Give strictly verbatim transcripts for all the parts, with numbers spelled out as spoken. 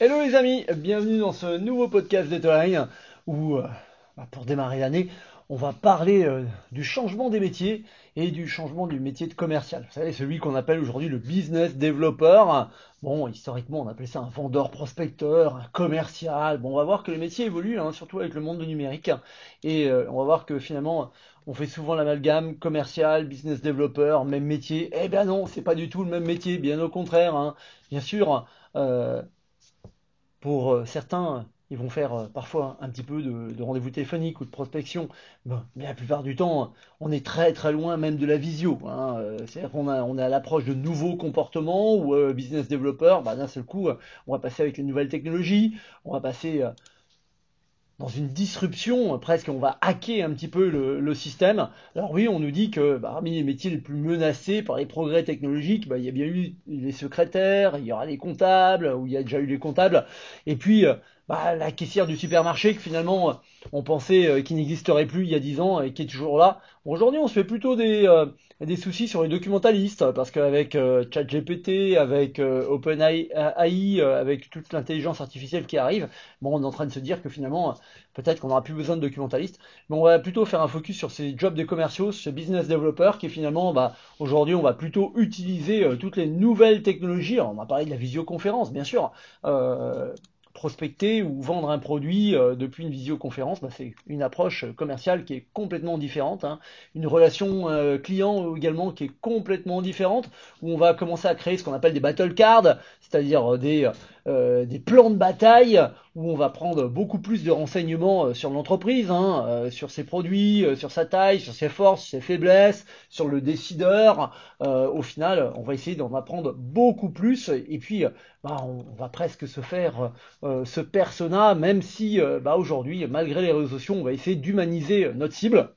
Hello les amis, bienvenue dans ce nouveau podcast Dataline où, euh, bah, pour démarrer l'année, on va parler euh, du changement des métiers et du changement du métier de commercial. Vous savez, celui qu'on appelle aujourd'hui le business developer. Bon, historiquement, on appelait ça un vendeur prospecteur, un commercial. Bon, on va voir que les métiers évoluent, hein, surtout avec le monde du numérique. Et euh, on va voir que finalement, on fait souvent l'amalgame commercial, business developer, même métier. Eh bien non, c'est pas du tout le même métier, bien au contraire, hein. Bien sûr. euh, pour euh, certains, ils vont faire euh, parfois un petit peu de, de rendez-vous téléphonique ou de prospection. Bon, mais la plupart du temps, on est très très loin même de la visio, hein. Euh, C'est-à-dire qu'on a, on est à l'approche de nouveaux comportements ou euh, business developer, bah, d'un seul coup, euh, on va passer avec les nouvelles technologies, on va passer euh, dans une disruption, euh, presque on va hacker un petit peu le, le système. Alors oui, on nous dit que bah, parmi les métiers les plus menacés par les progrès technologiques, bah, il y a bien eu les secrétaires, il y aura les comptables, ou il y a déjà eu les comptables, et puis euh, bah, la caissière du supermarché que finalement euh, on pensait euh, qu'il n'existerait plus il y a dix ans et qui est toujours là. Bon, aujourd'hui, on se fait plutôt des, euh, des soucis sur les documentalistes, parce qu'avec euh, ChatGPT, avec euh, OpenAI, euh, avec toute l'intelligence artificielle qui arrive, bon, on est en train de se dire que finalement peut-être qu'on n'aura plus besoin de documentalistes, mais on va plutôt faire un focus sur ces jobs des commerciaux, ces business developers qui finalement, bah, aujourd'hui, on va plutôt utiliser euh, toutes les nouvelles technologies. Alors, on va parler de la visioconférence, bien sûr. Euh, prospecter ou vendre un produit euh, depuis une visioconférence, bah, c'est une approche commerciale qui est complètement différente, hein. Une relation euh, client également qui est complètement différente, où on va commencer à créer ce qu'on appelle des battle cards, c'est-à-dire des, euh, des plans de bataille où on va prendre beaucoup plus de renseignements euh, sur l'entreprise, hein, euh, sur ses produits, euh, sur sa taille, sur ses forces, ses faiblesses, sur le décideur. Euh, au final, on va essayer d'en apprendre beaucoup plus et puis euh, bah, on, on va presque se faire euh, ce persona, même si euh, bah, aujourd'hui, malgré les réseaux sociaux, on va essayer d'humaniser notre cible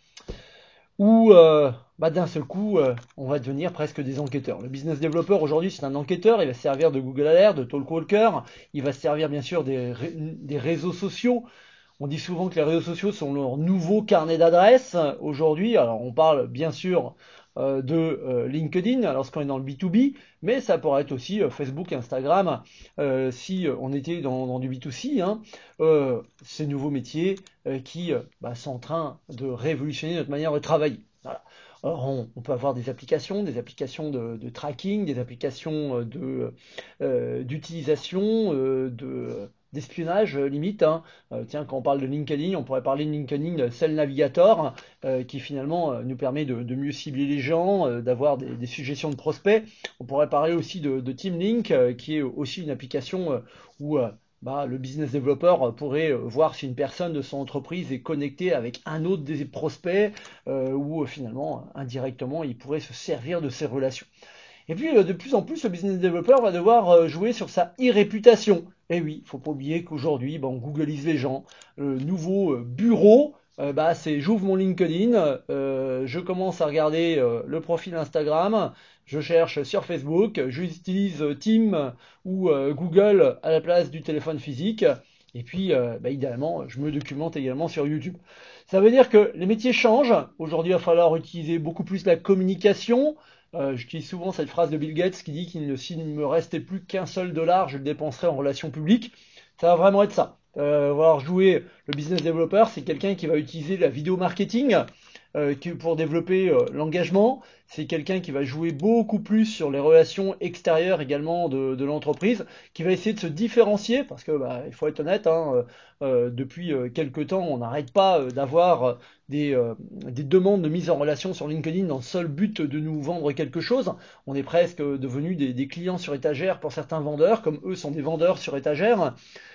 où euh, bah, d'un seul coup, euh, on va devenir presque des enquêteurs. Le business developer aujourd'hui, c'est un enquêteur, il va se servir de Google Alert, de Talkwalker, il va se servir bien sûr des, des réseaux sociaux. On dit souvent que les réseaux sociaux sont leur nouveau carnet d'adresses aujourd'hui. Alors on parle bien sûr euh, de euh, LinkedIn lorsqu'on est dans le B deux B, mais ça pourrait être aussi euh, Facebook, Instagram, euh, si euh, on était dans, dans du B deux C, hein. Euh, ces nouveaux métiers euh, qui euh, bah, sont en train de révolutionner notre manière de travailler. Voilà. Alors, on, on peut avoir des applications, des applications de, de tracking, des applications de, euh, d'utilisation, euh, de, d'espionnage euh, limite, hein. Euh, tiens, quand on parle de LinkedIn, on pourrait parler de LinkedIn Sales Navigator, euh, qui finalement euh, nous permet de, de mieux cibler les gens, euh, d'avoir des, des suggestions de prospects. On pourrait parler aussi de, de TeamLink, euh, qui est aussi une application euh, où euh, bah, le business developer pourrait euh, voir si une personne de son entreprise est connectée avec un autre des prospects, euh, ou euh, finalement, indirectement, il pourrait se servir de ces relations. Et puis, euh, de plus en plus, le business developer va devoir euh, jouer sur sa e-réputation. Et oui, il faut pas oublier qu'aujourd'hui, bah, on googleise les gens. Le nouveau euh, bureau, euh, bah, c'est j'ouvre mon LinkedIn, euh, je commence à regarder euh, le profil Instagram, je cherche sur Facebook, j'utilise euh, Teams ou euh, Google à la place du téléphone physique. Et puis, euh, bah, idéalement, je me documente également sur YouTube. Ça veut dire que les métiers changent. Aujourd'hui, il va falloir utiliser beaucoup plus la communication. Euh, J'utilise souvent cette phrase de Bill Gates qui dit qu'il ne s'il ne me restait plus qu'un seul dollar, je le dépenserais en relations publiques. Ça va vraiment être ça. Euh, voir jouer le business developer, c'est quelqu'un qui va utiliser la vidéo marketing euh, pour développer euh, l'engagement. C'est quelqu'un qui va jouer beaucoup plus sur les relations extérieures également de, de l'entreprise, qui va essayer de se différencier, parce que bah, il faut être honnête, hein, euh, euh, depuis euh, quelques temps, on n'arrête pas euh, d'avoir des, euh, des demandes de mise en relation sur LinkedIn dans le seul but de nous vendre quelque chose. On est presque devenus des, des clients sur étagère pour certains vendeurs, comme eux sont des vendeurs sur étagère.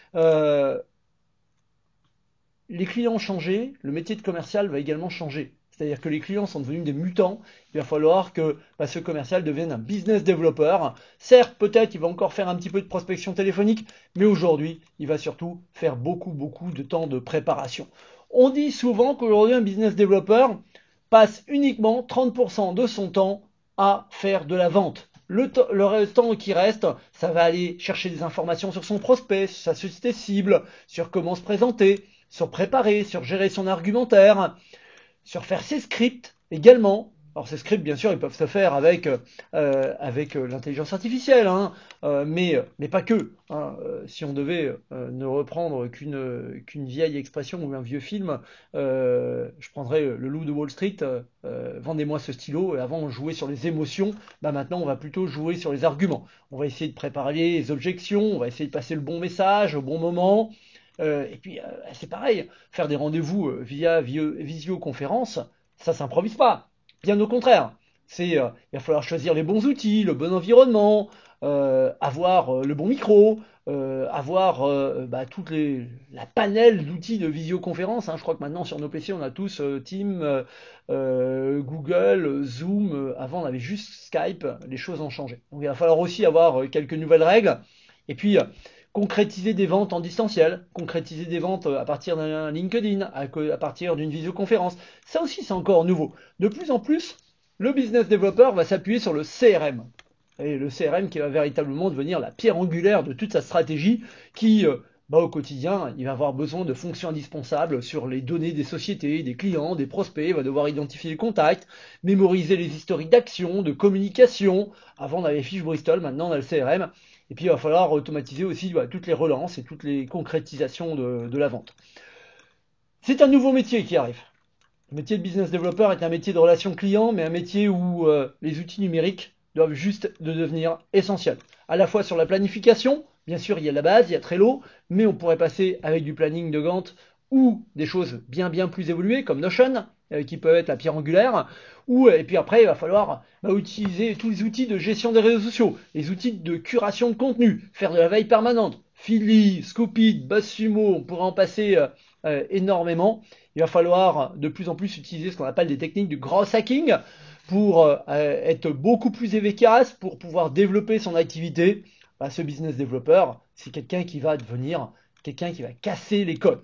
Euh, les clients ont changé, le métier de commercial va également changer. C'est-à-dire que les clients sont devenus des mutants. Il va falloir que bah, ce commercial devienne un business developer. Certes, peut-être il va encore faire un petit peu de prospection téléphonique, mais aujourd'hui, il va surtout faire beaucoup, beaucoup de temps de préparation. On dit souvent qu'aujourd'hui, un business developer passe uniquement trente pour cent de son temps à faire de la vente. Le, le temps qui reste, ça va aller chercher des informations sur son prospect, sur sa société cible, sur comment se présenter, sur préparer, sur gérer son argumentaire, sur faire ses scripts également. Alors ces scripts, bien sûr, ils peuvent se faire avec, euh, avec euh, l'intelligence artificielle, hein, euh, mais, mais pas que, hein. Euh, si on devait euh, ne reprendre qu'une qu'une vieille expression ou un vieux film, euh, je prendrais Le Loup de Wall Street, euh, euh, vendez-moi ce stylo, et avant on jouait sur les émotions, bah maintenant on va plutôt jouer sur les arguments. On va essayer de préparer les objections, on va essayer de passer le bon message au bon moment. Euh, et puis euh, c'est pareil, faire des rendez-vous euh, via vio- visioconférence, ça s'improvise pas. Bien au contraire, c'est, euh, il va falloir choisir les bons outils, le bon environnement, euh, avoir euh, le bon micro, euh, avoir euh, bah, toutes les, la panel d'outils de visioconférence, hein. Je crois que maintenant sur nos P C on a tous euh, Teams, euh, euh, Google, Zoom. Euh, Avant on avait juste Skype. Les choses ont changé. Donc il va falloir aussi avoir euh, quelques nouvelles règles. Et puis euh, concrétiser des ventes en distanciel, concrétiser des ventes euh, à partir d'un LinkedIn, à, à partir d'une visioconférence. Ça aussi c'est encore nouveau. De plus en plus, le business developer va s'appuyer sur le C R M. Et le C R M qui va véritablement devenir la pierre angulaire de toute sa stratégie, qui, euh, bah, au quotidien, il va avoir besoin de fonctions indispensables sur les données des sociétés, des clients, des prospects. Il va devoir identifier les contacts, mémoriser les historiques d'action, de communication. Avant on avait les fiches Bristol, maintenant on a le C R M. Et puis il va falloir automatiser aussi bah, toutes les relances et toutes les concrétisations de, de la vente. C'est un nouveau métier qui arrive. Le métier de business developer est un métier de relation client, mais un métier où euh, les outils numériques doivent juste de devenir essentiels. À la fois sur la planification, bien sûr il y a la base, il y a Trello, mais on pourrait passer avec du planning de Gantt ou des choses bien bien plus évoluées comme Notion, euh, qui peuvent être la pierre angulaire, ou et puis après il va falloir bah, utiliser tous les outils de gestion des réseaux sociaux, les outils de curation de contenu, faire de la veille permanente, Feedly, Scoopit, BuzzSumo, on pourrait en passer euh, euh, énormément. Il va falloir de plus en plus utiliser ce qu'on appelle des techniques du gross hacking pour euh, être beaucoup plus efficace, pour pouvoir développer son activité. Bah, ce business developer, c'est quelqu'un qui va devenir quelqu'un qui va casser les codes.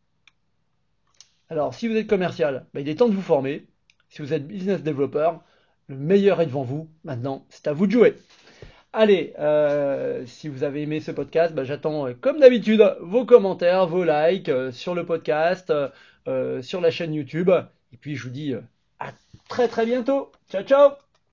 Alors, si vous êtes commercial, bah, il est temps de vous former. Si vous êtes business developer, le meilleur est devant vous. Maintenant, c'est à vous de jouer. Allez, euh, si vous avez aimé ce podcast, bah, j'attends euh, comme d'habitude vos commentaires, vos likes euh, sur le podcast, euh, euh, sur la chaîne YouTube. Et puis je vous dis euh, à très très bientôt. Ciao ciao!